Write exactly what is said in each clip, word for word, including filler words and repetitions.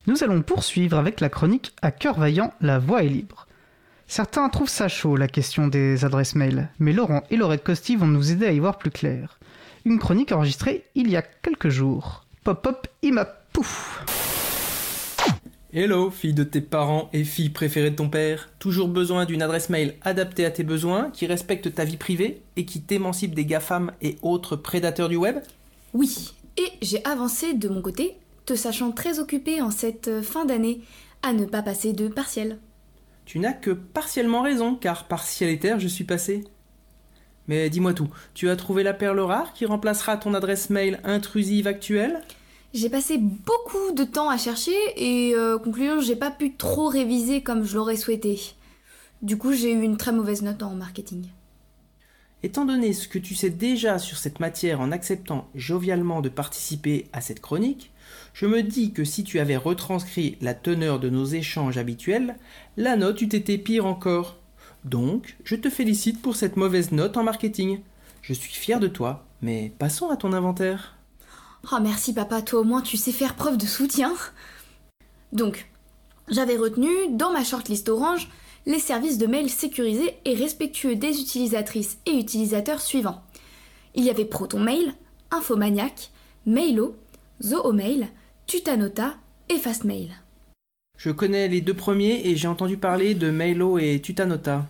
Nous allons poursuivre avec la chronique À cœur vaillant, la voix est libre. Certains trouvent ça chaud, la question des adresses mail, mais Laurent et Laurette Costi vont nous aider à y voir plus clair. Une chronique enregistrée il y a quelques jours. Pop pop, il m'a pouf. Hello, fille de tes parents et fille préférée de ton père. Toujours besoin d'une adresse mail adaptée à tes besoins, qui respecte ta vie privée et qui t'émancipe des GAFAM et autres prédateurs du web ? Oui, et j'ai avancé de mon côté, te sachant très occupée en cette fin d'année, à ne pas passer de partiel. Tu n'as que partiellement raison, car partielitaire je suis passé. Mais dis-moi tout, tu as trouvé la perle rare qui remplacera ton adresse mail intrusive actuelle ? J'ai passé beaucoup de temps à chercher et euh, conclusion, j'ai pas pu trop réviser comme je l'aurais souhaité. Du coup, j'ai eu une très mauvaise note en marketing. Étant donné ce que tu sais déjà sur cette matière en acceptant jovialement de participer à cette chronique, je me dis que si tu avais retranscrit la teneur de nos échanges habituels, la note eût été pire encore. Donc, je te félicite pour cette mauvaise note en marketing. Je suis fier de toi, mais passons à ton inventaire. Oh merci papa, toi au moins tu sais faire preuve de soutien. Donc, j'avais retenu dans ma shortlist orange les services de mail sécurisés et respectueux des utilisatrices et utilisateurs suivants. Il y avait ProtonMail, Infomaniac, Mailo, Zoomail, Tutanota et Fastmail. Je connais les deux premiers et j'ai entendu parler de Mailo et Tutanota.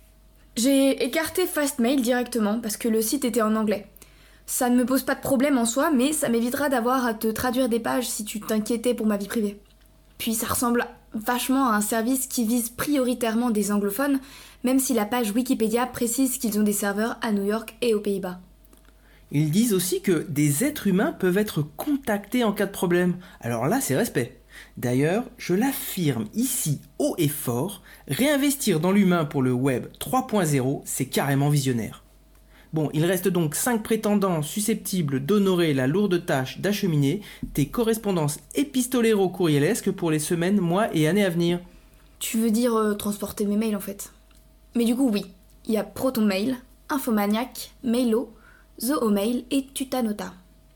J'ai écarté Fastmail directement parce que le site était en anglais. Ça ne me pose pas de problème en soi, mais ça m'évitera d'avoir à te traduire des pages si tu t'inquiétais pour ma vie privée. Puis ça ressemble vachement à un service qui vise prioritairement des anglophones, même si la page Wikipédia précise qu'ils ont des serveurs à New York et aux Pays-Bas. Ils disent aussi que des êtres humains peuvent être contactés en cas de problème. Alors là, c'est respect. D'ailleurs, je l'affirme ici haut et fort, réinvestir dans l'humain pour le web trois point zéro, c'est carrément visionnaire. Bon, il reste donc cinq prétendants susceptibles d'honorer la lourde tâche d'acheminer tes correspondances épistoléro-courrielesques pour les semaines, mois et années à venir. Tu veux dire euh, transporter mes mails en fait. Mais du coup oui, il y a ProtonMail, Infomaniac, Mailo, Zoomail et Tutanota.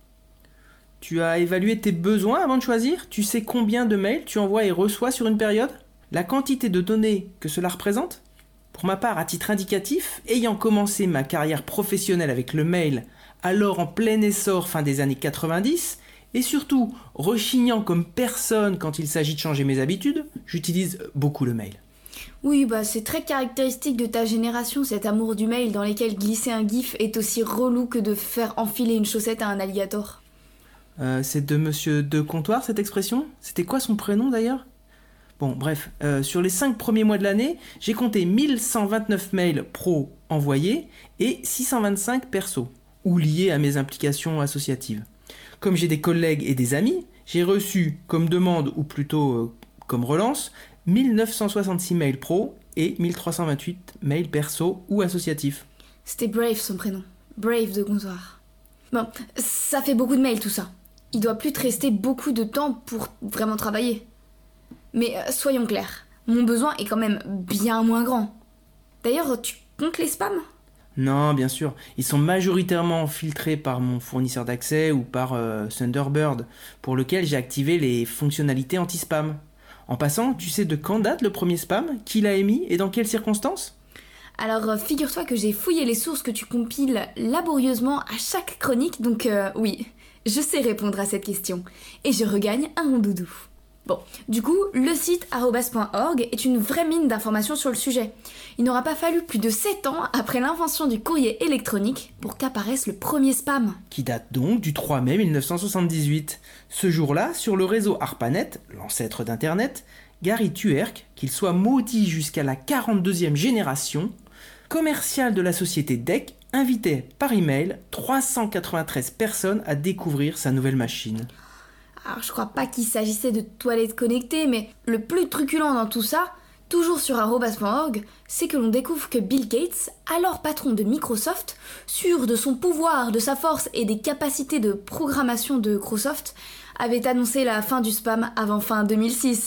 Tu as évalué tes besoins avant de choisir ? Tu sais combien de mails tu envoies et reçois sur une période ? La quantité de données que cela représente ? Pour ma part, à titre indicatif, ayant commencé ma carrière professionnelle avec le mail, alors en plein essor fin des années quatre-vingt-dix, et surtout rechignant comme personne quand il s'agit de changer mes habitudes, j'utilise beaucoup le mail. Oui, bah c'est très caractéristique de ta génération, cet amour du mail dans lequel glisser un gif est aussi relou que de faire enfiler une chaussette à un alligator. Euh, c'est de Monsieur de Comptoir cette expression ? C'était quoi son prénom d'ailleurs ? Bon, bref, euh, sur les cinq premiers mois de l'année, j'ai compté mille cent vingt-neuf mails pro envoyés et six cent vingt-cinq perso, ou liés à mes implications associatives. Comme j'ai des collègues et des amis, j'ai reçu comme demande, ou plutôt euh, comme relance, mille neuf cent soixante-six mails pro et mille trois cent vingt-huit mails perso ou associatifs. C'était Brave son prénom, Brave de Comptoir. Bon, ça fait beaucoup de mails tout ça. Il doit plus te rester beaucoup de temps pour vraiment travailler. Mais euh, soyons clairs, mon besoin est quand même bien moins grand. D'ailleurs, tu comptes les spams ? Non, bien sûr, ils sont majoritairement filtrés par mon fournisseur d'accès ou par euh, Thunderbird, pour lequel j'ai activé les fonctionnalités anti-spam. En passant, tu sais de quand date le premier spam ? Qui l'a émis et dans quelles circonstances ? Alors, euh, figure-toi que j'ai fouillé les sources que tu compiles laborieusement à chaque chronique, donc euh, oui, je sais répondre à cette question. Et je regagne un mon doudou. Bon, du coup, le site arobase point org est une vraie mine d'informations sur le sujet. Il n'aura pas fallu plus de sept ans après l'invention du courrier électronique pour qu'apparaisse le premier spam. Qui date donc du trois mai mille neuf cent soixante-dix-huit. Ce jour-là, sur le réseau ARPANET, l'ancêtre d'Internet, Gary Tuerk, qu'il soit maudit jusqu'à la quarante-deuxième génération, commercial de la société D E C, invitait par email trois cent quatre-vingt-treize personnes à découvrir sa nouvelle machine. Alors je crois pas qu'il s'agissait de toilettes connectées, mais le plus truculent dans tout ça, toujours sur arobase point org, c'est que l'on découvre que Bill Gates, alors patron de Microsoft, sûr de son pouvoir, de sa force et des capacités de programmation de Microsoft, avait annoncé la fin du spam avant fin deux mille six.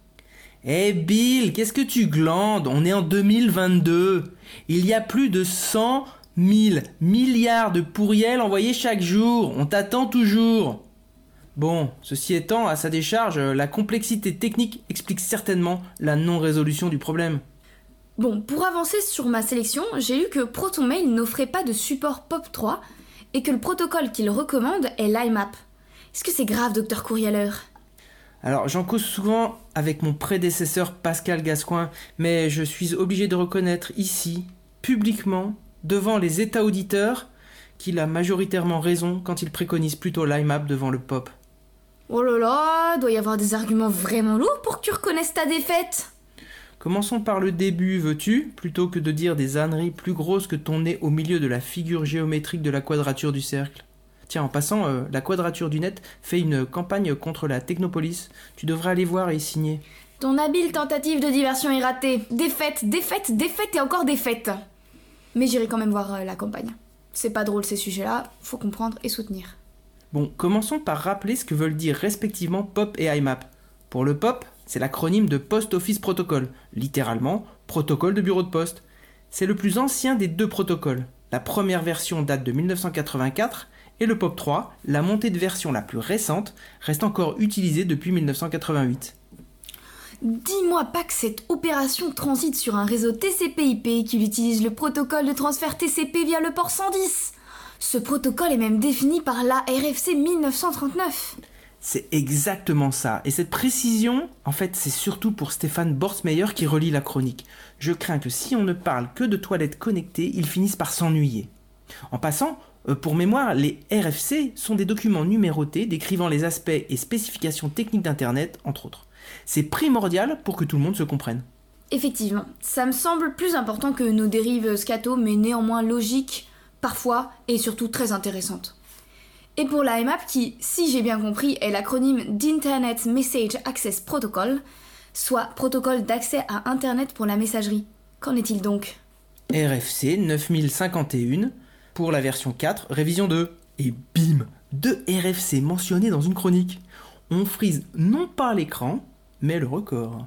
Eh hey Bill, qu'est-ce que tu glandes ? On est en deux mille vingt-deux. Il y a plus de cent mille milliards de pourriels envoyés chaque jour. On t'attend toujours. Bon, ceci étant, à sa décharge, la complexité technique explique certainement la non-résolution du problème. Bon, pour avancer sur ma sélection, j'ai lu que ProtonMail n'offrait pas de support P O P trois et que le protocole qu'il recommande est l'I M A P. Est-ce que c'est grave, docteur Courrialer ? Alors, j'en cause souvent avec mon prédécesseur Pascal Gascoigne, mais je suis obligé de reconnaître ici, publiquement, devant les États auditeurs, qu'il a majoritairement raison quand il préconise plutôt l'I M A P devant le P O P. Oh là là, doit y avoir des arguments vraiment lourds pour que tu reconnaisses ta défaite. Commençons par le début, veux-tu, plutôt que de dire des âneries plus grosses que ton nez au milieu de la figure géométrique de la quadrature du cercle. Tiens, en passant, euh, la Quadrature du Net fait une campagne contre la Technopolis. Tu devrais aller voir et y signer. Ton habile tentative de diversion est ratée. Défaite, défaite, défaite et encore défaite. Mais j'irai quand même voir euh, la campagne. C'est pas drôle ces sujets-là, faut comprendre et soutenir. Bon, commençons par rappeler ce que veulent dire respectivement P O P et I M A P. Pour le P O P, c'est l'acronyme de Post Office Protocol, littéralement protocole de bureau de poste. C'est le plus ancien des deux protocoles. La première version date de mille neuf cent quatre-vingt-quatre et le P O P trois, la montée de version la plus récente, reste encore utilisée depuis mille neuf cent quatre-vingt-huit. Dis-moi pas que cette opération transite sur un réseau T C P I P qui utilise le protocole de transfert T C P via le port cent dix. Ce protocole est même défini par l'A R F C mille neuf cent trente-neuf. C'est exactement ça. Et cette précision, en fait, c'est surtout pour Stéphane Borsmeyer qui relit la chronique. Je crains que si on ne parle que de toilettes connectées, ils finissent par s'ennuyer. En passant, euh, pour mémoire, les R F C sont des documents numérotés décrivant les aspects et spécifications techniques d'Internet, entre autres. C'est primordial pour que tout le monde se comprenne. Effectivement, ça me semble plus important que nos dérives scato, mais néanmoins logiques, parfois, et surtout très intéressantes. Et pour la I M A P qui, si j'ai bien compris, est l'acronyme d'Internet Message Access Protocol, soit protocole d'accès à Internet pour la messagerie. Qu'en est-il donc ? R F C neuf mille cinquante et un pour la version quatre, révision deux. Et bim, deux R F C mentionnés dans une chronique. On frise non pas l'écran, mais le record.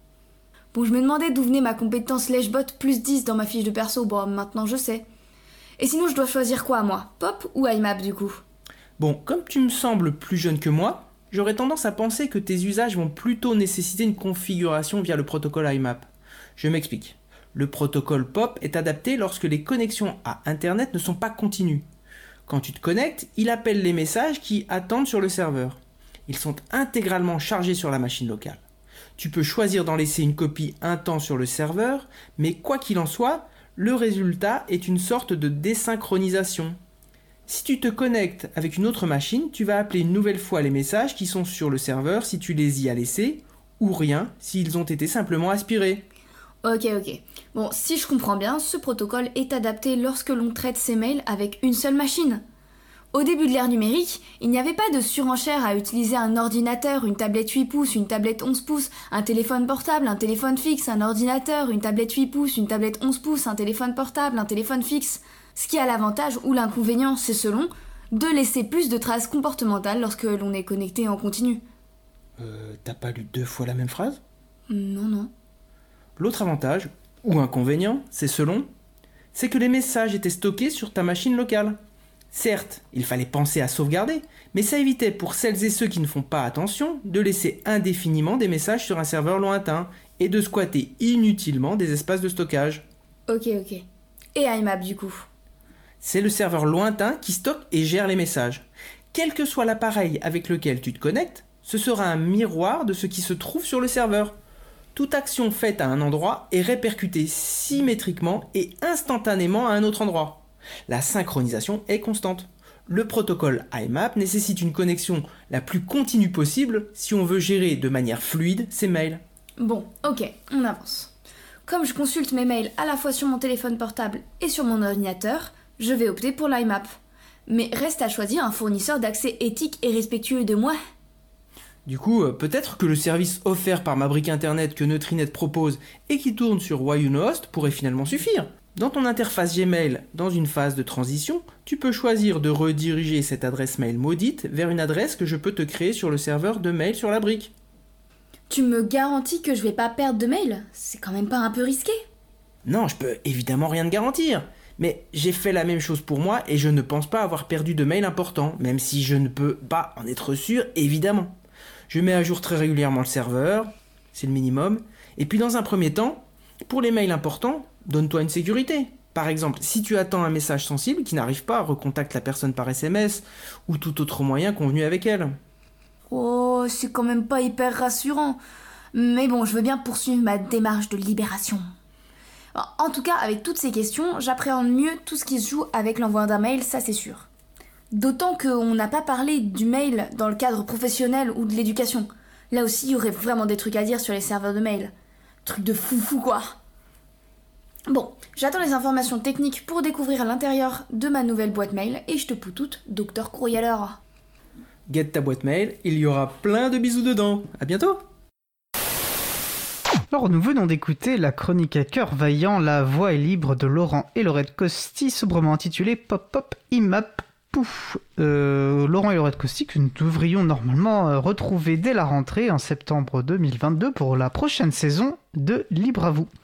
Bon, je me demandais d'où venait ma compétence Lèchebot plus dix dans ma fiche de perso, bon, maintenant je sais. Et sinon, je dois choisir quoi, moi ? P O P ou I M A P, du coup ? Bon, comme tu me sembles plus jeune que moi, j'aurais tendance à penser que tes usages vont plutôt nécessiter une configuration via le protocole I M A P. Je m'explique. Le protocole P O P est adapté lorsque les connexions à Internet ne sont pas continues. Quand tu te connectes, il appelle les messages qui attendent sur le serveur. Ils sont intégralement chargés sur la machine locale. Tu peux choisir d'en laisser une copie un temps sur le serveur, mais quoi qu'il en soit, le résultat est une sorte de désynchronisation. Si tu te connectes avec une autre machine, tu vas appeler une nouvelle fois les messages qui sont sur le serveur si tu les y as laissés, ou rien s'ils ont été simplement aspirés. Ok, ok. Bon, si je comprends bien, ce protocole est adapté lorsque l'on traite ses mails avec une seule machine. Au début de l'ère numérique, il n'y avait pas de surenchère à utiliser un ordinateur, une tablette huit pouces, une tablette onze pouces, un téléphone portable, un téléphone fixe, un ordinateur, une tablette huit pouces, une tablette onze pouces, un téléphone portable, un téléphone fixe. Ce qui a l'avantage ou l'inconvénient, c'est selon, de laisser plus de traces comportementales lorsque l'on est connecté en continu. Euh, t'as pas lu deux fois la même phrase ? Non, non. L'autre avantage, ou inconvénient, c'est selon, c'est que les messages étaient stockés sur ta machine locale. Certes, il fallait penser à sauvegarder, mais ça évitait pour celles et ceux qui ne font pas attention de laisser indéfiniment des messages sur un serveur lointain et de squatter inutilement des espaces de stockage. Ok, ok. Et I M A P du coup ? C'est le serveur lointain qui stocke et gère les messages. Quel que soit l'appareil avec lequel tu te connectes, ce sera un miroir de ce qui se trouve sur le serveur. Toute action faite à un endroit est répercutée symétriquement et instantanément à un autre endroit. La synchronisation est constante. Le protocole I M A P nécessite une connexion la plus continue possible si on veut gérer de manière fluide ses mails. Bon, ok, on avance. Comme je consulte mes mails à la fois sur mon téléphone portable et sur mon ordinateur, je vais opter pour l'I M A P. Mais reste à choisir un fournisseur d'accès éthique et respectueux de moi. Du coup, euh, peut-être que le service offert par ma brique internet que Neutrinet propose et qui tourne sur Wayunohost pourrait finalement suffire. Dans ton interface Gmail, dans une phase de transition, tu peux choisir de rediriger cette adresse mail maudite vers une adresse que je peux te créer sur le serveur de mail sur la brique. Tu me garantis que je vais pas perdre de mail ? C'est quand même pas un peu risqué ? Non, je peux évidemment rien te garantir. Mais j'ai fait la même chose pour moi et je ne pense pas avoir perdu de mails importants, même si je ne peux pas en être sûr, évidemment. Je mets à jour très régulièrement le serveur, c'est le minimum. Et puis dans un premier temps, pour les mails importants, donne-toi une sécurité. Par exemple, si tu attends un message sensible qui n'arrive pas, recontacte la personne par S M S ou tout autre moyen convenu avec elle. Oh, c'est quand même pas hyper rassurant. Mais bon, je veux bien poursuivre ma démarche de libération. En tout cas, avec toutes ces questions, j'appréhende mieux tout ce qui se joue avec l'envoi d'un mail, ça c'est sûr. D'autant qu'on n'a pas parlé du mail dans le cadre professionnel ou de l'éducation. Là aussi, il y aurait vraiment des trucs à dire sur les serveurs de mail. Truc de foufou quoi. Bon, j'attends les informations techniques pour découvrir l'intérieur de ma nouvelle boîte mail et je te pousse toute, docteur Courrieleur. Guette ta boîte mail, il y aura plein de bisous dedans. À bientôt. Alors nous venons d'écouter la chronique à cœur vaillant, la voix est libre de Laurent et Laurette Costi, sobrement intitulée Pop Pop Imap Pouf. Euh, Laurent et Laurette Costi que nous devrions normalement euh, retrouver dès la rentrée en septembre deux mille vingt-deux pour la prochaine saison de Libre à vous.